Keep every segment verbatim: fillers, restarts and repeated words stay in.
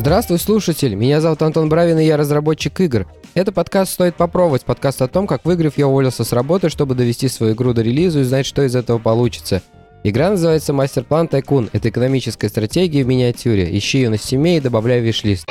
Здравствуй, слушатель! Меня зовут Антон Бравин, и я разработчик игр. Это подкаст «Стоит попробовать», подкаст о том, как, выиграв, я уволился с работы, чтобы довести свою игру до релиза и узнать, что из этого получится. Игра называется «Мастер-план Tycoon». Это экономическая стратегия в миниатюре. Ищи ее на Steam и добавляй в виш-лист.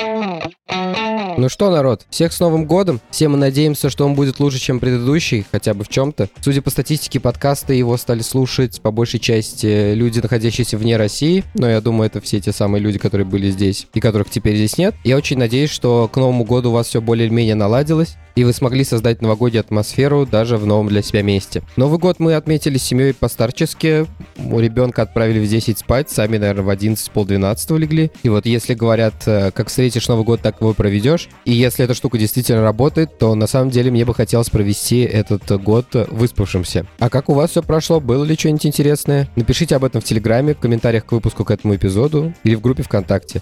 Ну что, народ, всех с Новым годом. Все мы надеемся, что он будет лучше, чем предыдущий, хотя бы в чем-то. Судя по статистике подкаста, его стали слушать по большей части люди, находящиеся вне России. Но я думаю, это все те самые люди, которые были здесь и которых теперь здесь нет. Я очень надеюсь, что к Новому году у вас все более-менее наладилось, и вы смогли создать новогоднюю атмосферу даже в новом для себя месте. Новый год мы отметили с семьей по-старчески. У ребенка отправили в десять спать, сами, наверное, в одиннадцать, полдвенадцатого легли. И вот если говорят, как встретишь Новый год, так его проведешь. И если эта штука действительно работает, то на самом деле мне бы хотелось провести этот год выспавшимся. А как у вас все прошло? Было ли что-нибудь интересное? Напишите об этом в Телеграме, в комментариях к выпуску к этому эпизоду или в группе ВКонтакте.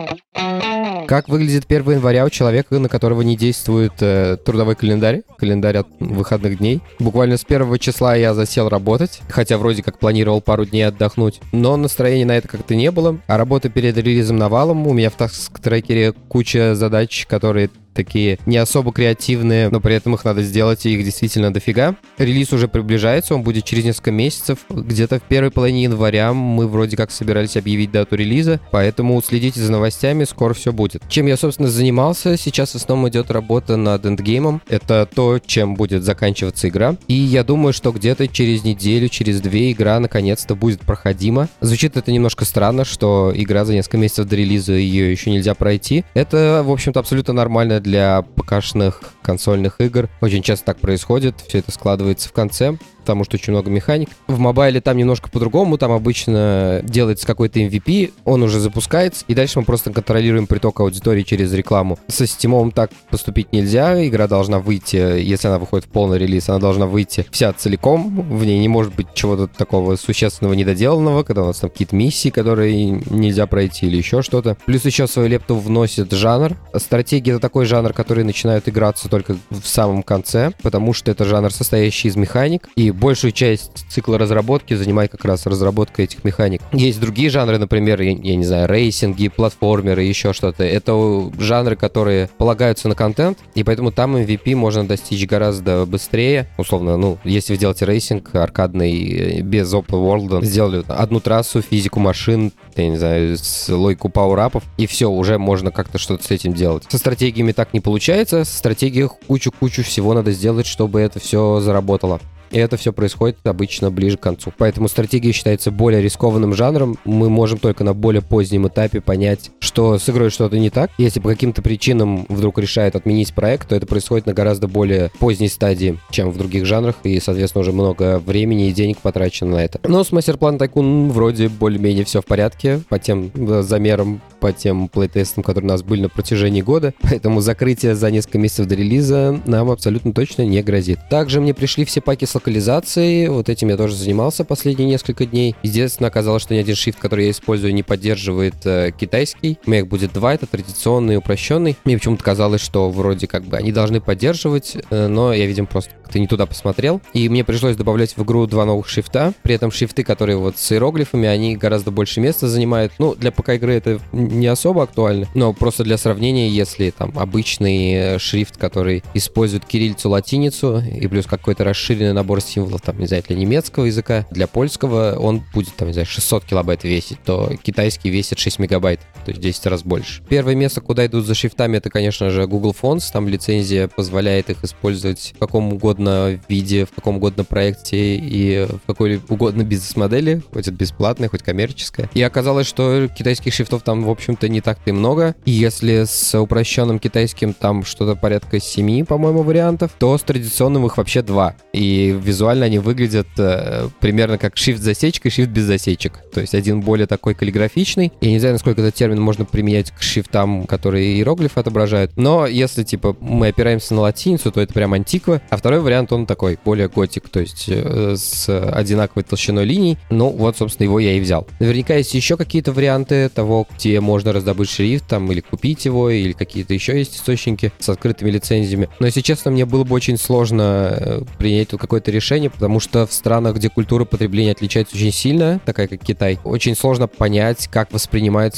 Как выглядит первого января у человека, на которого не действует э, трудовой календарь, календарь от выходных дней? Буквально с первого числа я засел работать, хотя вроде как планировал пару дней отдохнуть, но настроения на это как-то не было. А работа перед релизом навалом, у меня в таск-трекере куча задач, которые такие не особо креативные, но при этом их надо сделать, и их действительно дофига. Релиз уже приближается, он будет через несколько месяцев. Где-то в первой половине января мы вроде как собирались объявить дату релиза, поэтому следите за новостями, скоро все будет. Чем я, собственно, занимался, сейчас в основном идет работа над эндгеймом. Это то, чем будет заканчиваться игра. И я думаю, что где-то через неделю, через две игра наконец-то будет проходима. Звучит это немножко странно, что игра за несколько месяцев до релиза, ее еще нельзя пройти. Это, в общем-то, абсолютно нормально для ПК-шных консольных игр. Очень часто так происходит, все это складывается в конце, потому что очень много механик. В мобайле там немножко по-другому, там обычно делается какой-то эм ви пи, он уже запускается, и дальше мы просто контролируем приток аудитории через рекламу. Со Steam так поступить нельзя, игра должна выйти, если она выходит в полный релиз, она должна выйти вся целиком, в ней не может быть чего-то такого существенного недоделанного, когда у нас там какие-то миссии, которые нельзя пройти или еще что-то. Плюс еще свою лепту вносит жанр. Стратегия — это такой жанр, который начинает играться только в самом конце, потому что это жанр, состоящий из механик, и большую часть цикла разработки занимает как раз разработка этих механик. Есть другие жанры, например, я, я не знаю, рейсинги, платформеры, еще что-то. Это жанры, которые полагаются на контент, и поэтому там эм ви пи можно достичь гораздо быстрее. Условно, ну, если вы делаете рейсинг аркадный без open world, сделали одну трассу, физику машин, я не знаю, с логику пауэрапов, и все, уже можно как-то что-то с этим делать. Со стратегиями так не получается, со стратегией кучу-кучу всего надо сделать, чтобы это все заработало. И это все происходит обычно ближе к концу. Поэтому стратегия считается более рискованным жанром. Мы можем только на более позднем этапе понять, что с игрой что-то не так. Если по каким-то причинам вдруг решает отменить проект, то это происходит на гораздо более поздней стадии, чем в других жанрах. И, соответственно, уже много времени и денег потрачено на это. Но с Мастер-план Tycoon вроде более-менее все в порядке. По тем замерам, по тем плейтестам, которые у нас были на протяжении года. Поэтому закрытие за несколько месяцев до релиза нам абсолютно точно не грозит. Также мне пришли все паки с локализацией, вот этим я тоже занимался последние несколько дней. Естественно, оказалось, что ни один шрифт, который я использую, не поддерживает э, китайский. У меня их будет два, это традиционный и упрощенный. Мне почему-то казалось, что вроде как бы они должны поддерживать, э, но я, видимо, просто как-то не туда посмотрел. И мне пришлось добавлять в игру два новых шрифта. При этом шрифты, которые вот с иероглифами, они гораздо больше места занимают. Ну, для ПК-игры это не особо актуально, но просто для сравнения, если там обычный шрифт, который использует кириллицу, латиницу и плюс какой-то расширенный набор набор символов, там, не знаю, для немецкого языка, для польского он будет, там, не знаю, шестьсот килобайт весить, то китайский весит шесть мегабайт, то есть десять раз больше. Первое место, куда идут за шрифтами, это, конечно же, Google Fonts, там лицензия позволяет их использовать в каком угодно виде, в каком угодно проекте и в какой угодно бизнес-модели, хоть это бесплатная, хоть коммерческая. И оказалось, что китайских шрифтов там, в общем-то, не так-то и много. И если с упрощенным китайским там что-то порядка семи, по-моему, вариантов, то с традиционным их вообще два. И визуально они выглядят э, примерно как шрифт с засечкой, шрифт без засечек. То есть один более такой каллиграфичный. Я не знаю, насколько этот термин можно применять к шрифтам, которые иероглифы отображают. Но если, типа, мы опираемся на латиницу, то это прям антиква. А второй вариант, он такой, более готик, то есть э, с одинаковой толщиной линий. Ну, вот, собственно, его я и взял. Наверняка есть еще какие-то варианты того, где можно раздобыть шрифт, там, или купить его, или какие-то еще есть источники с открытыми лицензиями. Но, если честно, мне было бы очень сложно принять тут какое-то решение, потому что в странах, где культура потребления отличается очень сильно, такая как Китай, очень сложно понять, как воспринимается людьми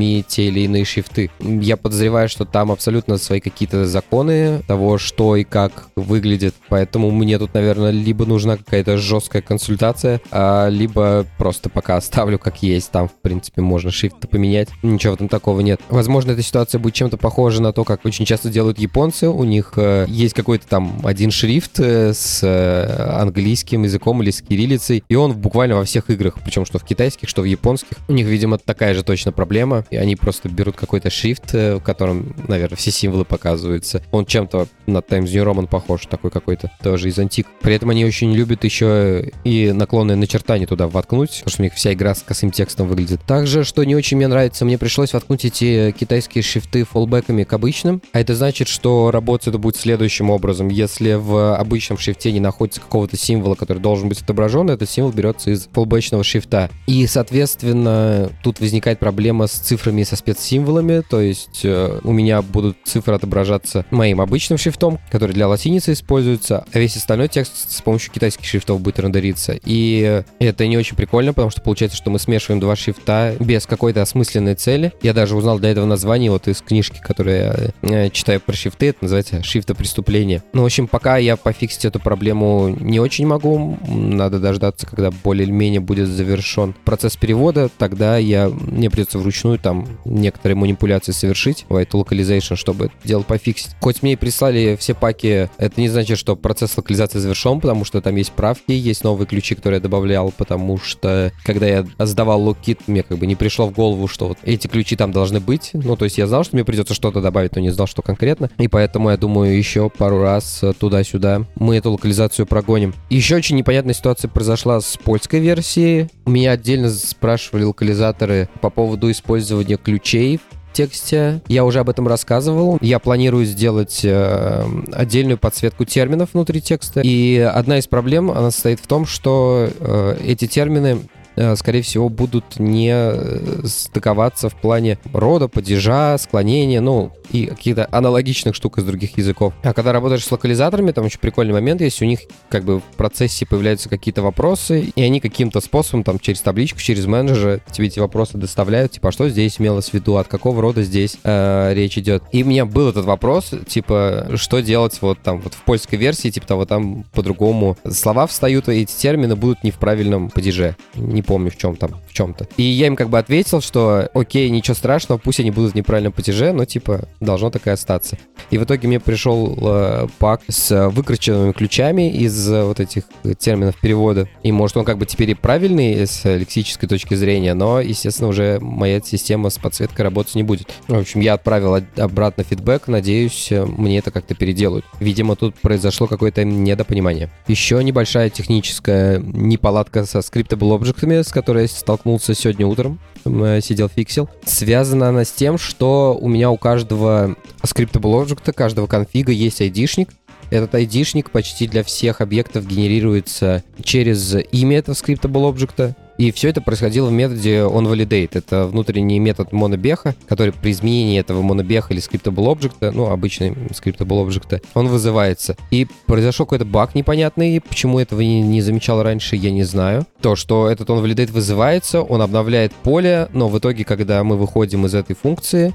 сами те или иные шрифты. Я подозреваю, что там абсолютно свои какие-то законы того, что и как выглядит, поэтому мне тут, наверное, либо нужна какая-то жесткая консультация, а, либо просто пока оставлю как есть. Там, в принципе, можно шрифты поменять. Ничего в этом такого нет. Возможно, эта ситуация будет чем-то похожа на то, как очень часто делают японцы. У них э, есть какой-то там один шрифт э, с э, английским языком или с кириллицей, и он буквально во всех играх, причем что в китайских, что в японских. У них, видимо, такая же точно проблема, и они просто берут какой-то шрифт, э, в котором, наверное, все символы показываются. Он чем-то на Times New Roman похож, такой какой-то, тоже из антик. При этом они очень любят еще и наклонные начертания туда воткнуть, потому что у них вся игра с косым текстом выглядит. Также, что не очень мне нравится, мне пришлось воткнуть эти китайские шрифты фоллбэками к обычным, а это значит, что работать это будет следующим образом. Если в обычном шрифте не находится какого-то символа, который должен быть отображен, этот символ берется из фоллбэчного шрифта. И, соответственно, тут возникает проблема с цифрами и со спецсимволами, то есть э, у меня будут цифры отображаться моим обычным шрифтом, который для латиницы используется, а весь остальной текст с помощью китайских шрифтов будет рендериться. И это не очень прикольно, потому что получается, что мы смешиваем два шрифта без какой-то осмысленной цели. Я даже узнал для этого название вот из книжки, которую я читаю про шрифты, это называется «Шрифтопреступление». Ну, в общем, пока я пофиксить эту проблему не очень могу, надо дождаться, когда более-менее будет завершен процесс перевода, тогда я, мне придется вручную там некоторые манипуляции совершить, white localization, чтобы это дело пофиксить. Хоть мне и прислали все паки, это не значит, что процесс локализации завершен, потому что там есть правки, есть новые ключи, которые я добавлял, потому что когда я сдавал логкит, мне как бы не пришло в голову, что вот эти ключи там должны быть. Ну, то есть я знал, что мне придется что-то добавить, но не знал, что конкретно. И поэтому, я думаю, еще пару раз туда-сюда мы эту локализацию прогоним. Еще очень непонятная ситуация произошла с польской версией. Меня отдельно спрашивали локализаторы по поводу использования ключей в тексте. Я уже об этом рассказывал. Я планирую сделать э, отдельную подсветку терминов внутри текста. И одна из проблем, она состоит в том, что э, эти термины, скорее всего, будут не стыковаться в плане рода, падежа, склонения, ну, и каких-то аналогичных штук из других языков. А когда работаешь с локализаторами, там очень прикольный момент есть, у них как бы в процессе появляются какие-то вопросы, и они каким-то способом, там, через табличку, через менеджера тебе эти вопросы доставляют, типа, а что здесь имелось в виду, от какого рода здесь э, речь идет. И у меня был этот вопрос, типа, что делать вот там, вот в польской версии, типа того, там по-другому слова встают, и эти термины будут не в правильном падеже, не помню в чем там, в чем-то. И я им как бы ответил, что окей, ничего страшного, пусть они будут в неправильном падеже, но типа должно такое остаться. И в итоге мне пришел э, пак с выкрученными ключами из э, вот этих терминов перевода. И может он как бы теперь и правильный с лексической точки зрения, но, естественно, уже моя система с подсветкой работать не будет. В общем, я отправил обратно фидбэк, надеюсь, мне это как-то переделают. Видимо, тут произошло какое-то недопонимание. Еще небольшая техническая неполадка со scriptable объектами, с которой я столкнулся сегодня утром, сидел фиксил. Связана она с тем, что у меня у каждого scriptable объекта, каждого конфига есть айдишник. Этот айдишник почти для всех объектов генерируется через имя этого scriptable объекта. И все это происходило в методе onValidate. Это внутренний метод монобеха, который при изменении этого монобеха или scriptable объекта, ну, обычный scriptable объекта, он вызывается. И произошел какой-то баг непонятный. Почему этого не, не замечал раньше, я не знаю. То, что этот onValidate вызывается, он обновляет поле, но в итоге, когда мы выходим из этой функции,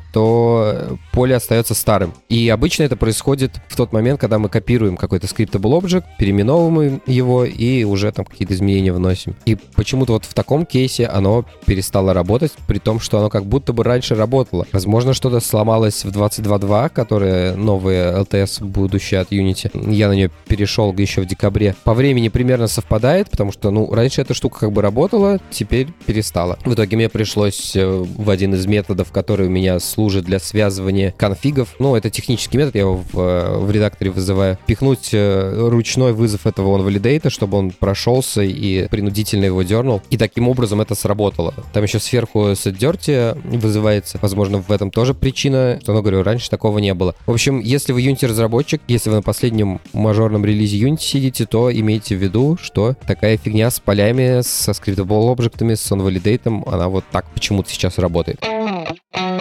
то поле остается старым. И обычно это происходит в тот момент, когда мы копируем какой-то scriptable объект, переименовываем его и уже там какие-то изменения вносим. И почему-то вот в таком кейсе оно перестало работать, при том, что оно как будто бы раньше работало. Возможно, что-то сломалось в двадцать два точка два, которая новая эл ти эс будущая от Unity. Я на нее перешел еще в декабре. По времени примерно совпадает, потому что, ну, раньше эта штука как бы работала, теперь перестала. В итоге мне пришлось в один из методов, который у меня служит для связывания конфигов, ну, это технический метод, я его в, в редакторе вызываю, пихнуть ручной вызов этого onValidate, чтобы он прошелся и принудительно его дернул. И таким образом это сработало. Там еще сверху setDirty вызывается. Возможно, в этом тоже причина. Что, ну, говорю, раньше такого не было. В общем, если вы Unity разработчик, если вы на последнем мажорном релизе Unity сидите, то имейте в виду, что такая фигня с полями, со scriptable объектами, с onValidate, она вот так почему-то сейчас работает.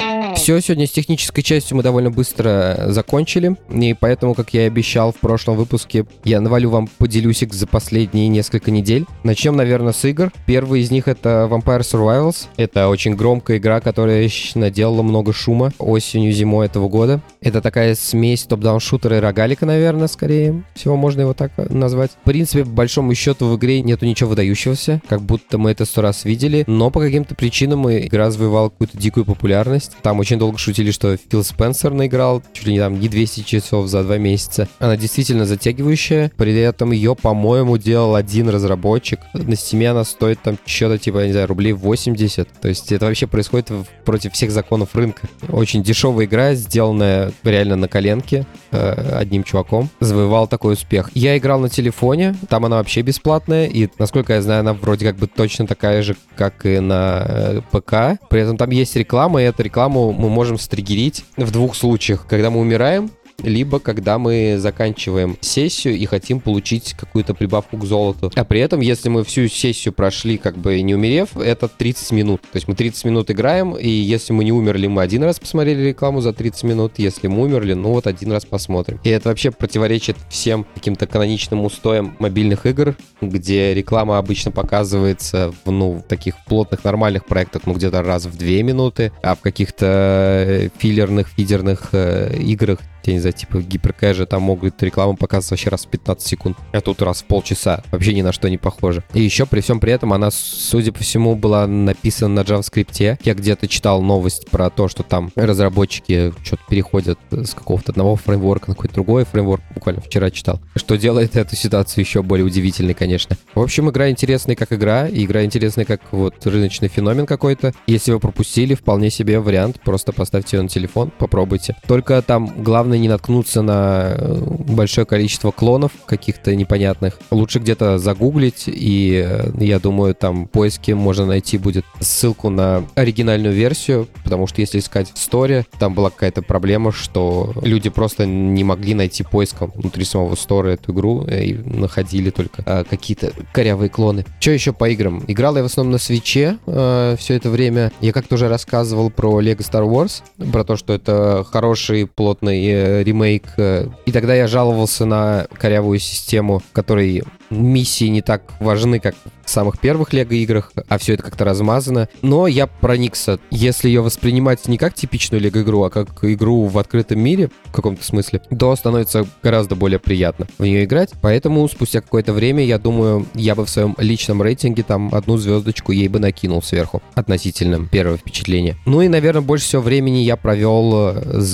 Все, сегодня с технической частью мы довольно быстро закончили, и поэтому, как я и обещал в прошлом выпуске, я навалю вам поделюсик за последние несколько недель. Начнем, наверное, с игр. Первый из них — это Vampire Survivals. Это очень громкая игра, которая наделала много шума осенью, зимой этого года. Это такая смесь топ-даун-шутера и рогалика, наверное, скорее всего можно его так назвать. В принципе, по большому счету в игре нету ничего выдающегося, как будто мы это сто раз видели, но по каким-то причинам игра завоевала какую-то дикую популярность. Там очень долго шутили, что Фил Спенсер наиграл чуть ли не там не двести часов за два месяца. Она действительно затягивающая, при этом ее, по-моему, делал один разработчик. На Steam она стоит там что-то типа, я не знаю, рублей восемьдесят. То есть это вообще происходит в, против всех законов рынка. Очень дешевая игра, сделанная реально на коленке э, одним чуваком. Завоевал такой успех. Я играл на телефоне, там она вообще бесплатная, и, насколько я знаю, она вроде как бы точно такая же, как и на э, ПК. При этом там есть реклама, и эту рекламу мы можем стригерить в двух случаях. Когда мы умираем, либо когда мы заканчиваем сессию и хотим получить какую-то прибавку к золоту. А при этом, если мы всю сессию прошли, как бы не умерев, это тридцать минут. То есть мы тридцать минут играем, и если мы не умерли, мы один раз посмотрели рекламу за тридцать минут. Если мы умерли, ну вот один раз посмотрим. И это вообще противоречит всем каким-то каноничным устоям мобильных игр, где реклама обычно показывается в, ну, таких плотных нормальных проектах, ну, где-то раз в две минуты, а в каких-то филлерных, фидерных э, играх, я не знаю, типа гиперкэжа, там могут рекламу показывать вообще раз в пятнадцать секунд, а тут раз в полчаса. Вообще ни на что не похоже. И еще при всем при этом она, судя по всему, была написана на JavaScript. Я где-то читал новость про то, что там разработчики что-то переходят с какого-то одного фреймворка на какой-то другой фреймворк. Буквально вчера читал. Что делает эту ситуацию еще более удивительной, конечно. В общем, игра интересная как игра, и игра интересная как вот рыночный феномен какой-то. Если вы пропустили, вполне себе вариант. Просто поставьте ее на телефон, попробуйте. Только там главное не наткнуться на большое количество клонов каких-то непонятных. Лучше где-то загуглить, и я думаю, там в поиске можно найти будет ссылку на оригинальную версию, потому что если искать в сторе, там была какая-то проблема, что люди просто не могли найти поиском внутри самого стора эту игру и находили только а, какие-то корявые клоны. Что еще по играм? Играл я в основном на свитче а, все это время. Я как-то уже рассказывал про Lego Star Wars, про то, что это хороший, плотный ремейк, и тогда я жаловался на корявую систему, в которой миссии не так важны, как в самых первых Лего-играх, а все это как-то размазано. Но я проникся. Если ее воспринимать не как типичную Лего-игру, а как игру в открытом мире, в каком-то смысле, то становится гораздо более приятно в нее играть. Поэтому спустя какое-то время, я думаю, я бы в своем личном рейтинге там одну звездочку ей бы накинул сверху относительно первого впечатления. Ну и, наверное, больше всего времени я провел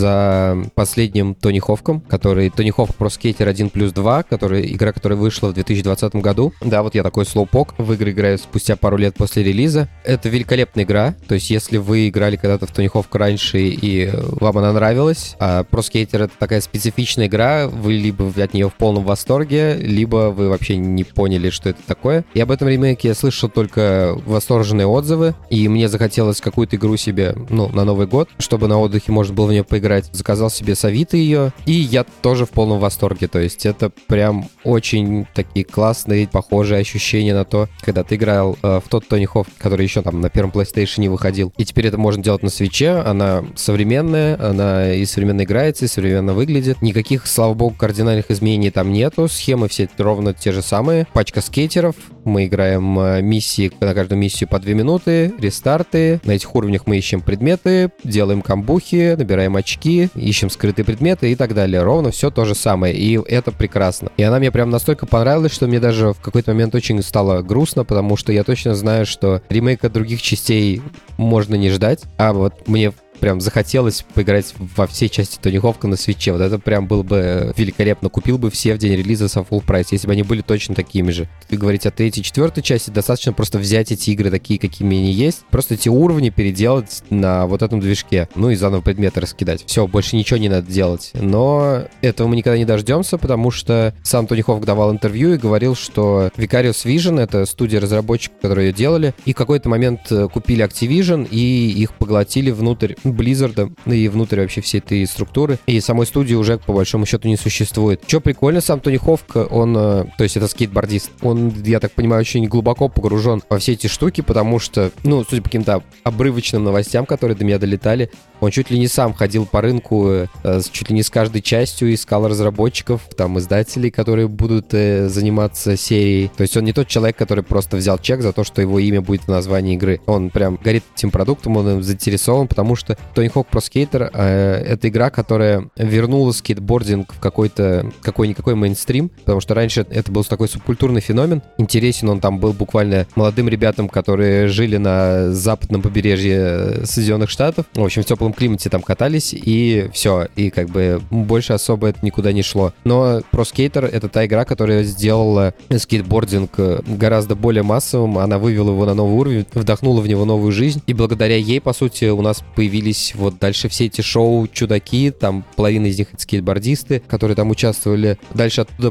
за последним Тони Ховком, который Тони Ховк Pro Skater один плюс два, который, игра, которая вышла в две тысячи двадцатом году. Да, вот я такой слоупок. В игры играю спустя пару лет после релиза. Это великолепная игра. То есть, если вы играли когда-то в Тони Ховка раньше и вам она нравилась, а Pro Skater — это такая специфичная игра, вы либо от нее в полном восторге, либо вы вообще не поняли, что это такое. И об этом ремейке я слышал только восторженные отзывы, и мне захотелось какую-то игру себе, ну, на Новый год, чтобы на отдыхе можно было в нее поиграть. Заказал себе с Авито ее, и я тоже в полном восторге. То есть, это прям очень такие классные, похожие ощущения на то, когда ты играл э, в тот Тони Ховк, который еще там на первом PlayStation не выходил. И теперь это можно делать на свитче. Она современная, она и современно играется, и современно выглядит. Никаких, слава богу, кардинальных изменений там нету. Схемы все ровно те же самые. Пачка скейтеров. Мы играем э, миссии, на каждую миссию по две минуты, рестарты. На этих уровнях мы ищем предметы, делаем камбухи, набираем очки, ищем скрытые предметы и так далее. Ровно все то же самое. И это прекрасно. И она мне прям настолько понравилась, что мне даже в какой-то момент очень стало грустно, потому что я точно знаю, что ремейка других частей можно не ждать, а вот мне прям захотелось поиграть во все части Тони Ховка на свитче. Вот это прям было бы великолепно. Купил бы все в день релиза со full прайс, если бы они были точно такими же. Вы говорите о третьей, четвертой части, достаточно просто взять эти игры такие, какими они есть, просто эти уровни переделать на вот этом движке, ну и заново предметы раскидать. Все, больше ничего не надо делать. Но этого мы никогда не дождемся, потому что сам Тони Ховк давал интервью и говорил, что Vicarious Vision — это студия разработчиков, которые ее делали, и в какой-то момент купили Activision и их поглотили внутрь Blizzard и внутрь вообще всей этой структуры. И самой студии уже, по большому счету, не существует. Что прикольно, сам Тони Ховк, он, то есть это скейтбордист, он, я так понимаю, очень глубоко погружен во все эти штуки, потому что, ну, судя по каким-то обрывочным новостям, которые до меня долетали, он чуть ли не сам ходил по рынку, э, чуть ли не с каждой частью искал разработчиков, там, издателей, которые будут э, заниматься серией. То есть он не тот человек, который просто взял чек за то, что его имя будет в названии игры. Он прям горит этим продуктом, он им заинтересован, потому что Tony Hawk Pro Skater э, — это игра, которая вернула скейтбординг в какой-то, какой-никакой мейнстрим, потому что раньше это был такой субкультурный феномен. Интересен он там был буквально молодым ребятам, которые жили на западном побережье Соединенных Штатов. В общем, в теплом климате там катались, и все. И как бы больше особо это никуда не шло. Но Pro Skater — это та игра, которая сделала скейтбординг гораздо более массовым. Она вывела его на новый уровень, вдохнула в него новую жизнь. И благодаря ей, по сути, у нас появились вот дальше все эти шоу «Чудаки». Там половина из них — это скейтбордисты, которые там участвовали. Дальше оттуда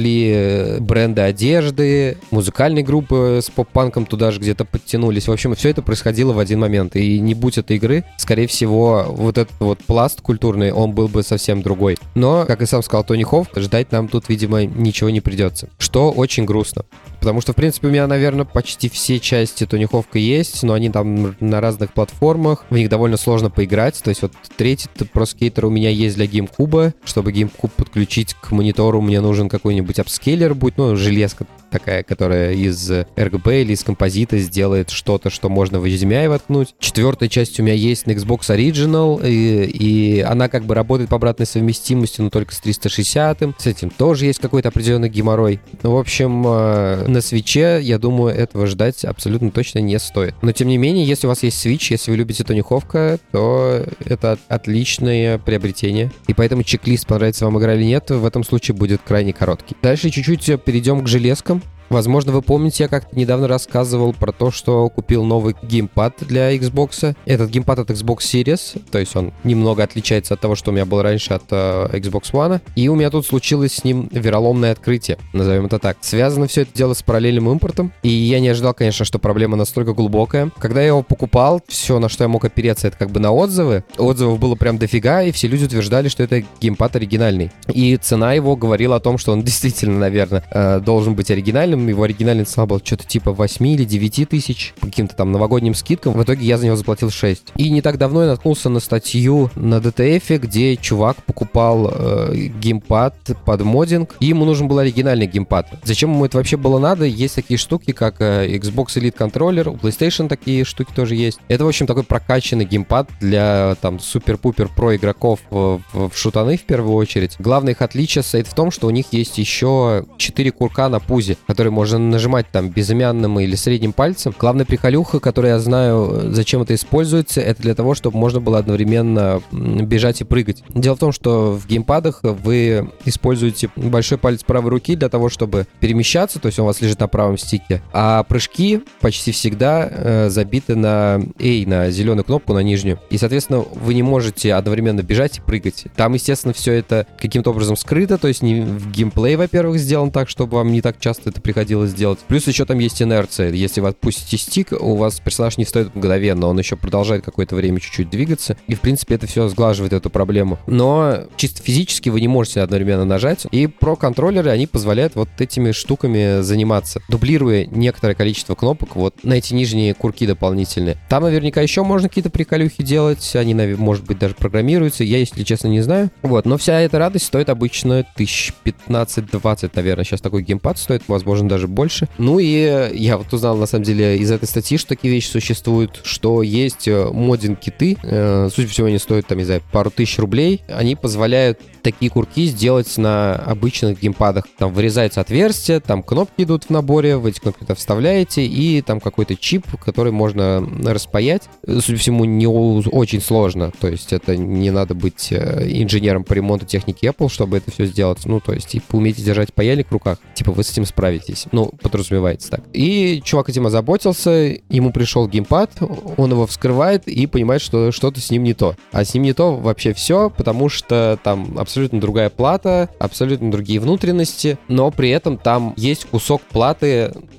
пошли бренды одежды, музыкальные группы с поп-панком туда же где-то подтянулись. В общем, все это происходило в один момент. И не будь этой игры, скорее всего, вот этот вот пласт культурный, он был бы совсем другой. Но, как и сам сказал Тони Ховк, ждать нам тут, видимо, ничего не придется. Что очень грустно. Потому что, в принципе, у меня, наверное, почти все части Тони Ховка есть, но они там на разных платформах, в них довольно сложно поиграть. То есть вот третий Pro Skater у меня есть для GameCube. Чтобы GameCube подключить к монитору, мне нужен какой-нибудь апскейлер, будь, ну, железка такая, которая из эр джи би или из композита сделает что-то, что можно в эйч ди эм ай воткнуть. Четвертая часть у меня есть на Xbox Original, и, и она как бы работает по обратной совместимости, но только с триста шестидесятым. С этим тоже есть какой-то определенный геморрой. Ну, в общем, на Switch'е, я думаю, этого ждать абсолютно точно не стоит. Но, тем не менее, если у вас есть Switch, если вы любите Тони Ховка, то это отличное приобретение. И поэтому чек-лист, понравится вам игра или нет, в этом случае будет крайне короткий. Дальше чуть-чуть перейдем к железкам. Возможно, вы помните, я как-то недавно рассказывал про то, что купил новый геймпад для Xbox. Этот геймпад от Xbox Series, то есть он немного отличается от того, что у меня был раньше от uh, Xbox One. И у меня тут случилось с ним вероломное открытие, назовем это так. Связано все это дело с параллельным импортом, и я не ожидал, конечно, что проблема настолько глубокая. Когда я его покупал, все, на что я мог опереться, это как бы на отзывы. Отзывов было прям дофига, и все люди утверждали, что это геймпад оригинальный. И цена его говорила о том, что он действительно, наверное, uh, должен быть оригинальным. Его оригинальная цена была что-то типа восемь или девять тысяч по каким-то там новогодним скидкам. В итоге я за него заплатил шесть. И не так давно я наткнулся на статью на ди ти эф, где чувак покупал э, геймпад под моддинг, и ему нужен был оригинальный геймпад. Зачем ему это вообще было надо? Есть такие штуки, как э, Xbox Elite контроллер, у PlayStation такие штуки тоже есть. Это, в общем, такой прокачанный геймпад для там супер-пупер про игроков в, в, в шутаны в первую очередь. Главное их отличие состоит в том, что у них есть еще четыре курка на пузе, которые можно нажимать там безымянным или средним пальцем. Главная приколюха, которую я знаю, зачем это используется, это для того, чтобы можно было одновременно бежать и прыгать. Дело в том, что в геймпадах вы используете большой палец правой руки для того, чтобы перемещаться, то есть он у вас лежит на правом стике, а прыжки почти всегда э, забиты на A, на зеленую кнопку, на нижнюю. И, соответственно, вы не можете одновременно бежать и прыгать. Там, естественно, все это каким-то образом скрыто, то есть не в геймплей, во-первых, сделан так, чтобы вам не так часто это приходилось делать. Плюс еще там есть инерция. Если вы отпустите стик, у вас персонаж не встает мгновенно, он еще продолжает какое-то время чуть-чуть двигаться. И, в принципе, это все сглаживает эту проблему. Но чисто физически вы не можете одновременно нажать. И про-контроллеры, они позволяют вот этими штуками заниматься, дублируя некоторое количество кнопок вот на эти нижние курки дополнительные. Там наверняка еще можно какие-то приколюхи делать. Они, может быть, даже программируются. Я, если честно, не знаю. Вот. Но вся эта радость стоит обычно тысяч пятнадцать-двадцать, наверное. Сейчас такой геймпад стоит, возможно, даже больше. Ну и я вот узнал, на самом деле, из этой статьи, что такие вещи существуют, что есть моддинг-киты. Э, судя по всему, они стоят, там, не знаю, пару тысяч рублей. Они позволяют такие курки сделать на обычных геймпадах. Там вырезается отверстие, там кнопки идут в наборе, в эти кнопки вставляете, и там какой-то чип, который можно распаять. Судя по всему, не очень сложно. То есть это не надо быть инженером по ремонту техники Apple, чтобы это все сделать. Ну, то есть, типа, умеете держать паяльник в руках, типа, вы с этим справитесь. Ну, подразумевается так. И чувак этим озаботился, ему пришел геймпад, он его вскрывает и понимает, что что-то с ним не то. А с ним не то вообще все, потому что там абсолютно другая плата, абсолютно другие внутренности, но при этом там есть кусок платы,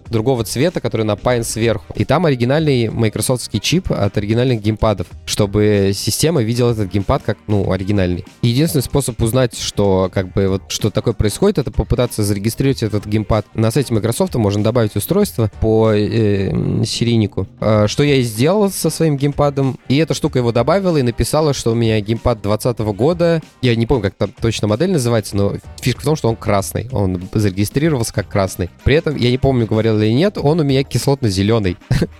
другого цвета, который напаян сверху. И там оригинальный майкрософтский чип от оригинальных геймпадов, чтобы система видела этот геймпад как, ну, оригинальный. Единственный способ узнать, что, как бы, вот, что такое происходит, это попытаться зарегистрировать этот геймпад. На сайте Microsoft можно добавить устройство по э, серийнику, э, что я и сделал со своим геймпадом. И эта штука его добавила и написала, что у меня геймпад двадцатого года. Я не помню, как там точно модель называется, но фишка в том, что он красный. Он зарегистрировался как красный. При этом, я не помню, говорил или нет, он у меня кислотно-зеленый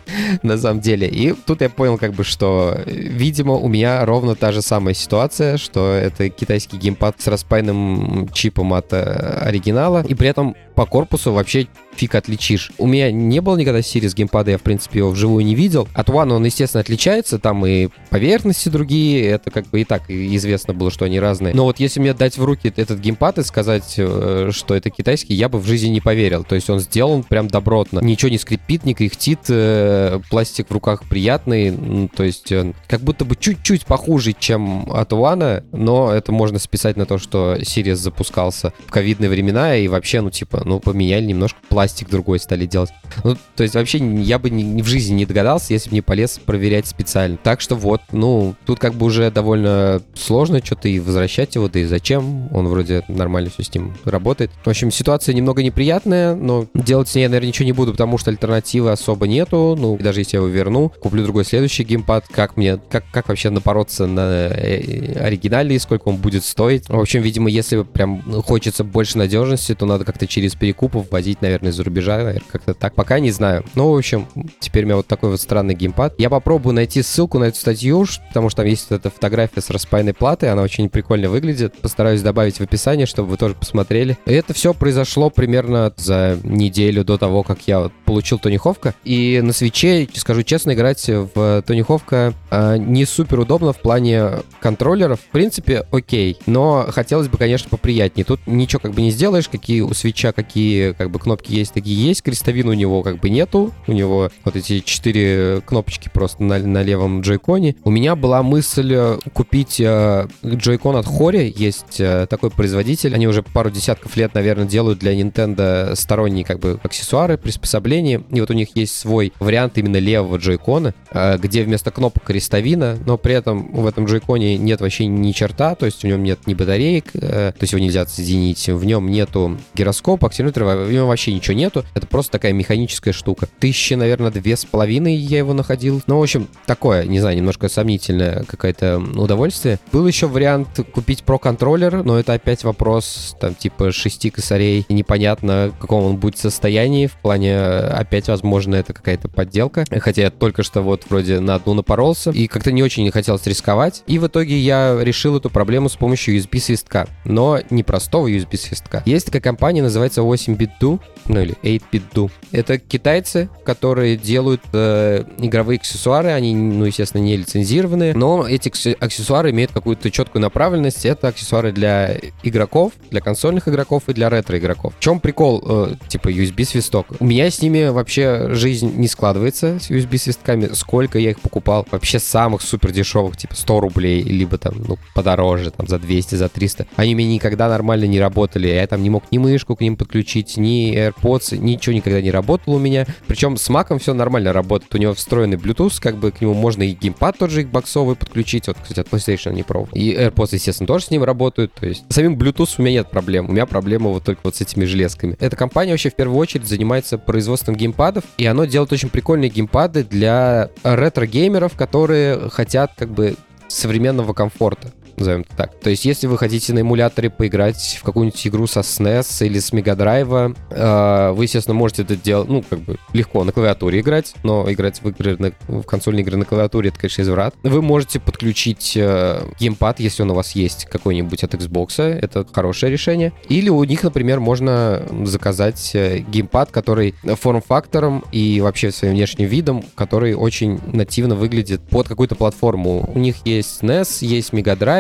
на самом деле. И тут я понял, как бы, что, видимо, у меня ровно та же самая ситуация, что это китайский геймпад с распаянным чипом от оригинала, и при этом по корпусу вообще фиг отличишь. У меня не было никогда Series геймпада, я, в принципе, его вживую не видел. От One он, естественно, отличается, там и поверхности другие, это как бы и так известно было, что они разные. Но вот если мне дать в руки этот геймпад и сказать, что это китайский, я бы в жизни не поверил. То есть он сделан прям добротно. Ничего не скрипит, не кряхтит, пластик в руках приятный, то есть как будто бы чуть-чуть похуже, чем от One, но это можно списать на то, что Series запускался в ковидные времена, и вообще, ну, типа, ну, поменяли немножко пластик. Пластик другой стали делать. Ну, то есть вообще я бы ни, ни в жизни не догадался, если бы не полез проверять специально. Так что вот, ну, тут как бы уже довольно сложно что-то и возвращать его, да и зачем? Он вроде нормально все с ним работает. В общем, ситуация немного неприятная, но делать с ней я, наверное, ничего не буду, потому что альтернативы особо нету. Ну, даже если я его верну, куплю другой следующий геймпад. Как мне, как, как вообще напороться на оригинальный, сколько он будет стоить? В общем, видимо, если прям хочется больше надежности, то надо как-то через перекупов возить, наверное, из-за рубежа, наверное, как-то так. Пока не знаю. Ну, в общем, теперь у меня вот такой вот странный геймпад. Я попробую найти ссылку на эту статью, потому что там есть вот эта фотография с распаянной платой, она очень прикольно выглядит. Постараюсь добавить в описание, чтобы вы тоже посмотрели. И это все произошло примерно за неделю до того, как я вот получил Тони Ховка. И на свитче, скажу честно, играть в Тони Ховка э, не супер удобно в плане контроллеров. В принципе, окей. Но хотелось бы, конечно, поприятнее. Тут ничего как бы не сделаешь, какие у свитча, какие как бы кнопки есть, такие есть. Крестовин у него как бы нету. У него вот эти четыре кнопочки просто на, на левом джойконе. У меня была мысль купить э, джойкон от Hori. Есть э, такой производитель. Они уже пару десятков лет, наверное, делают для Nintendo сторонние как бы аксессуары, приспособления. И вот у них есть свой вариант именно левого джойкона, э, где вместо кнопок крестовина, но при этом в этом джойконе нет вообще ни черта, то есть в нем нет ни батареек, э, то есть его нельзя отсоединить. В нем нету гироскопа, акселерометра, в нем вообще ничего нету. Это просто такая механическая штука. Тысячи, наверное, две с половиной я его находил. Ну, в общем, такое, не знаю, немножко сомнительное какое-то удовольствие. Был еще вариант купить Pro-контроллер, но это опять вопрос, там, типа, шести косарей. И непонятно, в каком он будет состоянии. В плане, опять, возможно, это какая-то подделка. Хотя я только что вот вроде на одну напоролся. И как-то не очень не хотелось рисковать. И в итоге я решил эту проблему с помощью ю эс би-свистка. Но не простого ю эс би-свистка. Есть такая компания, называется восемь бит ду, ну или восемь бит ду. Это китайцы, которые делают э, игровые аксессуары. Они, ну, естественно, не лицензированные. Но эти аксессуары имеют какую-то четкую направленность. Это аксессуары для игроков, для консольных игроков и для ретро-игроков. В чем прикол, э, типа, ю эс би-свисток? У меня с ними вообще жизнь не складывается, с ю эс би-свистками. Сколько я их покупал? Вообще самых супер дешевых, типа сто рублей, либо там, ну, подороже, там, за двести, за триста. Они у меня никогда нормально не работали. Я там не мог ни мышку к ним подключить, ни AirPods, ничего никогда не работало у меня. Причем с Mac'ом все нормально работает. У него встроенный Bluetooth, как бы к нему можно и геймпад тот же боксовый подключить. Вот, кстати, от PlayStation не пробовал. И AirPods, естественно, тоже с ним работают. То есть с самим Bluetooth у меня нет проблем. У меня проблема вот только вот с этими железками. Эта компания вообще в первую очередь занимается производством геймпадов, и оно делает очень прикольные геймпады для ретро-геймеров, которые хотят как бы современного комфорта, назовем это так. То есть, если вы хотите на эмуляторе поиграть в какую-нибудь игру со эс эн и эс или с Мегадрайва, э, вы, естественно, можете это делать, ну, как бы легко на клавиатуре играть, но играть в игры, на, в консольные игры на клавиатуре — это, конечно, изврат. Вы можете подключить э, геймпад, если он у вас есть какой-нибудь от Xbox, это хорошее решение. Или у них, например, можно заказать э, геймпад, который форм-фактором и вообще своим внешним видом, который очень нативно выглядит под какую-то платформу. У них есть эс эн и эс, есть Мегадрайв,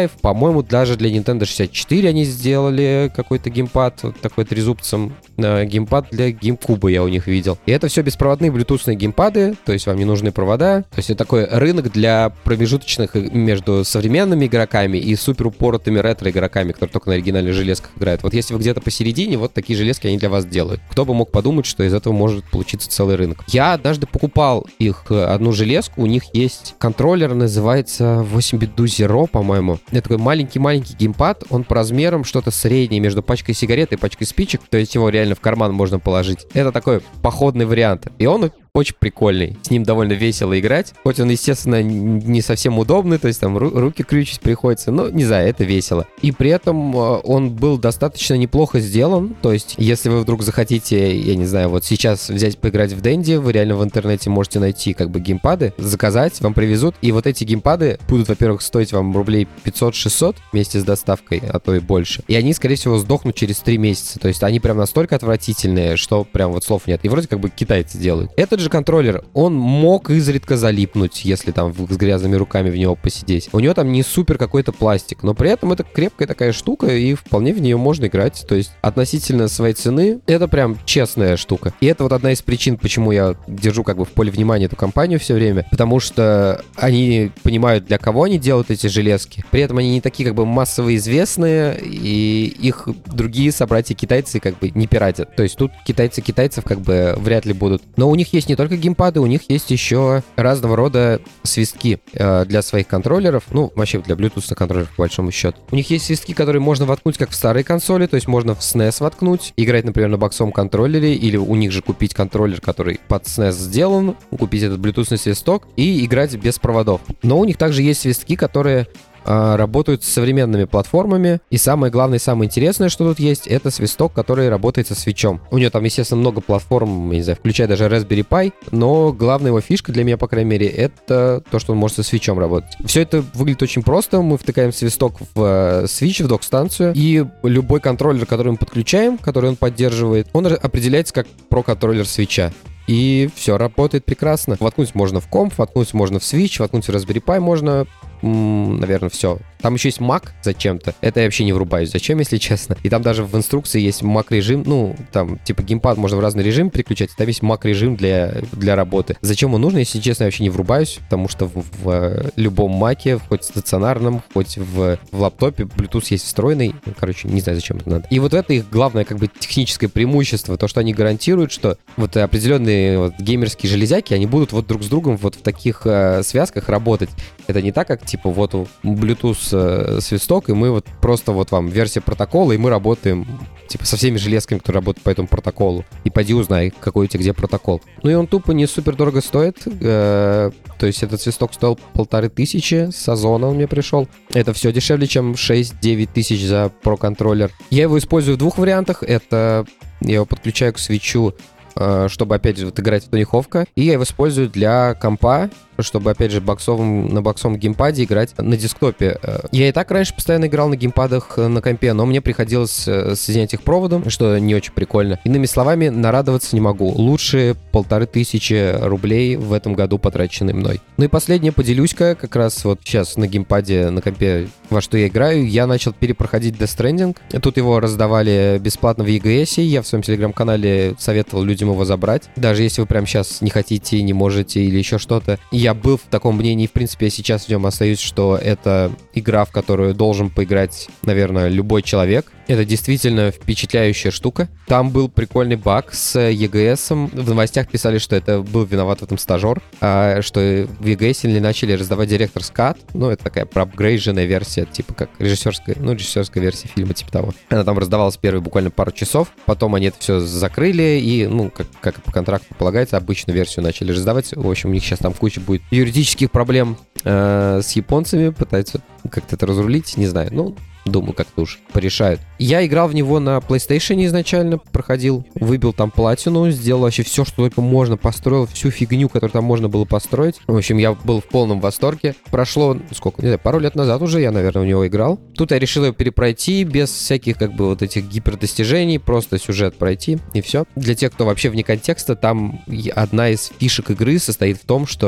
Drive. По-моему, даже для Nintendo шестьдесят четыре они сделали какой-то геймпад, вот такой трезубцем. Геймпад для GameCube я у них видел. И это все беспроводные блютусные геймпады, то есть вам не нужны провода. То есть это такой рынок для промежуточных между современными игроками и супер упоротыми ретро-игроками, которые только на оригинальных железках играют. Вот если вы где-то посередине, вот такие железки они для вас делают. Кто бы мог подумать, что из этого может получиться целый рынок. Я однажды покупал их одну железку, у них есть контроллер, называется восемь бит ду Zero, по-моему. Это такой маленький-маленький геймпад, он по размерам что-то среднее между пачкой сигарет и пачкой спичек, то есть его реально в карман можно положить. Это такой походный вариант. И он очень прикольный. С ним довольно весело играть. Хоть он, естественно, не совсем удобный, то есть там ру- руки крючить приходится, но, не знаю, это весело. И при этом он был достаточно неплохо сделан. То есть, если вы вдруг захотите, я не знаю, вот сейчас взять поиграть в Dendy, вы реально в интернете можете найти как бы геймпады, заказать, вам привезут. И вот эти геймпады будут, во-первых, стоить вам рублей пятьсот-шестьсот вместе с доставкой, а то и больше. И они, скорее всего, сдохнут через три месяца. То есть, они прям настолько отвратительные, что прям вот слов нет. И вроде как бы китайцы делают. Этот же контроллер, он мог изредка залипнуть, если там с грязными руками в него посидеть. У него там не супер какой-то пластик, но при этом это крепкая такая штука, и вполне в нее можно играть. То есть относительно своей цены, это прям честная штука. И это вот одна из причин, почему я держу как бы в поле внимания эту компанию все время, потому что они понимают, для кого они делают эти железки. При этом они не такие как бы массово известные, и их другие собратья-китайцы как бы не пиратят. То есть тут китайцы китайцев как бы вряд ли будут. Но у них есть не только геймпады, у них есть еще разного рода свистки э, для своих контроллеров, ну, вообще для Bluetooth контроллеров, по большому счету. У них есть свистки, которые можно воткнуть как в старые консоли, то есть можно в эс эн и эс воткнуть, играть, например, на боксовом контроллере, или у них же купить контроллер, который под эс эн и эс сделан, купить этот Bluetooth свисток и играть без проводов. Но у них также есть свистки, которые работают с современными платформами. И самое главное, самое интересное, что тут есть, это свисток, который работает со свитчом. У него там, естественно, много платформ, я не знаю, включая даже Raspberry Pi, но главная его фишка для меня, по крайней мере, это то, что он может со свитчом работать. Все это выглядит очень просто. Мы втыкаем свисток в свитч, в док-станцию, и любой контроллер, который мы подключаем, который он поддерживает, он определяется как про-контроллер свитча. И все работает прекрасно. Воткнуть можно в комп, воткнуть можно в Switch, воткнуть в Raspberry Pi можно. М-м, наверное, все. Там еще есть Mac зачем-то. Это я вообще не врубаюсь. Зачем, если честно? И там даже в инструкции есть Mac-режим. Ну, там, типа, геймпад можно в разный режим переключать. Там есть Mac-режим для, для работы. Зачем он нужен, если честно, я вообще не врубаюсь. Потому что в, в любом Mac'е, хоть стационарном, хоть в, в лаптопе, Bluetooth есть встроенный. Короче, не знаю, зачем это надо. И вот это их главное, как бы, техническое преимущество. То, что они гарантируют, что вот определенные вот, геймерские железяки, они будут вот друг с другом вот в таких э, связках работать. Это не так, как, типа, вот Bluetooth э, свисток, и мы вот просто вот вам версия протокола, и мы работаем, типа, со всеми железками, которые работают по этому протоколу. И пойди узнай, какой у тебя где протокол. Ну и он тупо не супер дорого стоит. Э, то есть этот свисток стоил полторы тысячи, с Озона он мне пришел. Это все дешевле, чем шесть-девять тысяч за Pro-контроллер. Я его использую в двух вариантах. Это я его подключаю к свитчу, чтобы, опять же, вот играть в Тони Хоука. И я его использую для компа, чтобы, опять же, боксовым, на боксовом геймпаде играть на десктопе. Я и так раньше постоянно играл на геймпадах на компе, но мне приходилось соединять их проводом, что не очень прикольно. Иными словами, нарадоваться не могу. Лучше полторы тысячи рублей в этом году потрачены мной. Ну и последнее, поделюсь-ка, как раз вот сейчас на геймпаде, на компе, во что я играю, я начал перепроходить Death Stranding. Тут его раздавали бесплатно в и джи эс, я в своем телеграм-канале советовал людям его забрать. Даже если вы прямо сейчас не хотите, не можете или еще что-то. Я был в таком мнении, в принципе, я сейчас в нем остаюсь, что это игра, в которую должен поиграть, наверное, любой человек. Это действительно впечатляющая штука. Там был прикольный баг с и джи эс. В новостях писали, что это был виноват в этом стажер, а что в и джи эс начали раздавать Director's Cut. Ну, это такая проапгрейженная версия, типа как режиссерская, ну, режиссерская версия фильма, типа того. Она там раздавалась первые буквально пару часов, потом они это все закрыли и, ну, как, как по контракту полагается, обычную версию начали раздавать. В общем, у них сейчас там куча будет юридических проблем э, с японцами, пытаются как-то это разрулить, не знаю, ну... Думаю, как-то уж порешают. Я играл в него на PlayStation изначально, проходил, выбил там платину, сделал вообще все, что только можно, построил всю фигню, которую там можно было построить. В общем, я был в полном восторге. Прошло, сколько, не знаю, пару лет назад уже я, наверное, в него играл. Тут я решил его перепройти без всяких, как бы, вот этих гипердостижений, просто сюжет пройти, и все. Для тех, кто вообще вне контекста, там одна из фишек игры состоит в том, что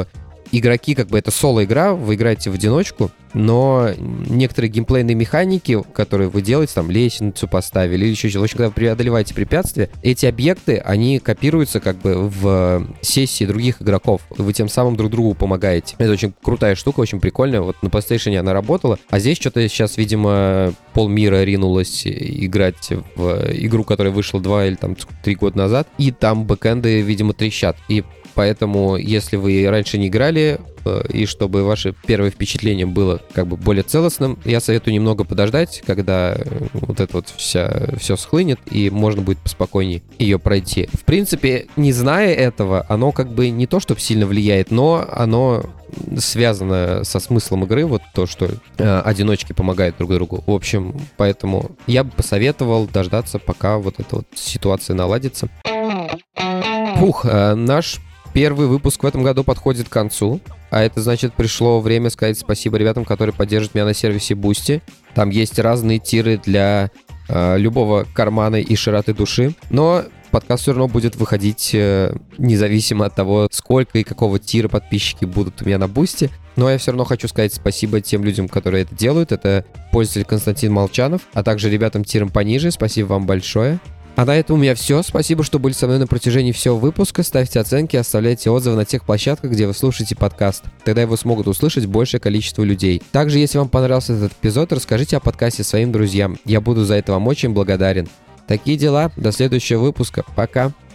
игроки, как бы это соло-игра, вы играете в одиночку, но некоторые геймплейные механики, которые вы делаете, там, лестницу поставили или еще что-то, в общем, когда вы преодолеваете препятствия, эти объекты, они копируются как бы в сессии других игроков, вы тем самым друг другу помогаете. Это очень крутая штука, очень прикольная, вот на PlayStation она работала, а здесь что-то сейчас, видимо, полмира ринулось играть в игру, которая вышла два или там три года назад, и там бэкэнды, видимо, трещат, и поэтому, если вы раньше не играли, и чтобы ваше первое впечатление было как бы более целостным, я советую немного подождать, когда вот это вот вся, все схлынет, и можно будет поспокойнее ее пройти. В принципе, не зная этого, оно как бы не то, чтобы сильно влияет, но оно связано со смыслом игры, вот то, что э, одиночки помогают друг другу. В общем, поэтому я бы посоветовал дождаться, пока вот эта вот ситуация наладится. Фух, э, наш первый выпуск в этом году подходит к концу, а это значит, пришло время сказать спасибо ребятам, которые поддерживают меня на сервисе Boosty. Там есть разные тиры для э, любого кармана и широты души, но подкаст все равно будет выходить э, независимо от того, сколько и какого тира подписчики будут у меня на Boosty. Но я все равно хочу сказать спасибо тем людям, которые это делают. Это пользователь Константин Молчанов, а также ребятам тиром пониже. Спасибо вам большое. А на этом у меня все. Спасибо, что были со мной на протяжении всего выпуска. Ставьте оценки, оставляйте отзывы на тех площадках, где вы слушаете подкаст. Тогда его смогут услышать большее количество людей. Также, если вам понравился этот эпизод, расскажите о подкасте своим друзьям. Я буду за это вам очень благодарен. Такие дела. До следующего выпуска. Пока.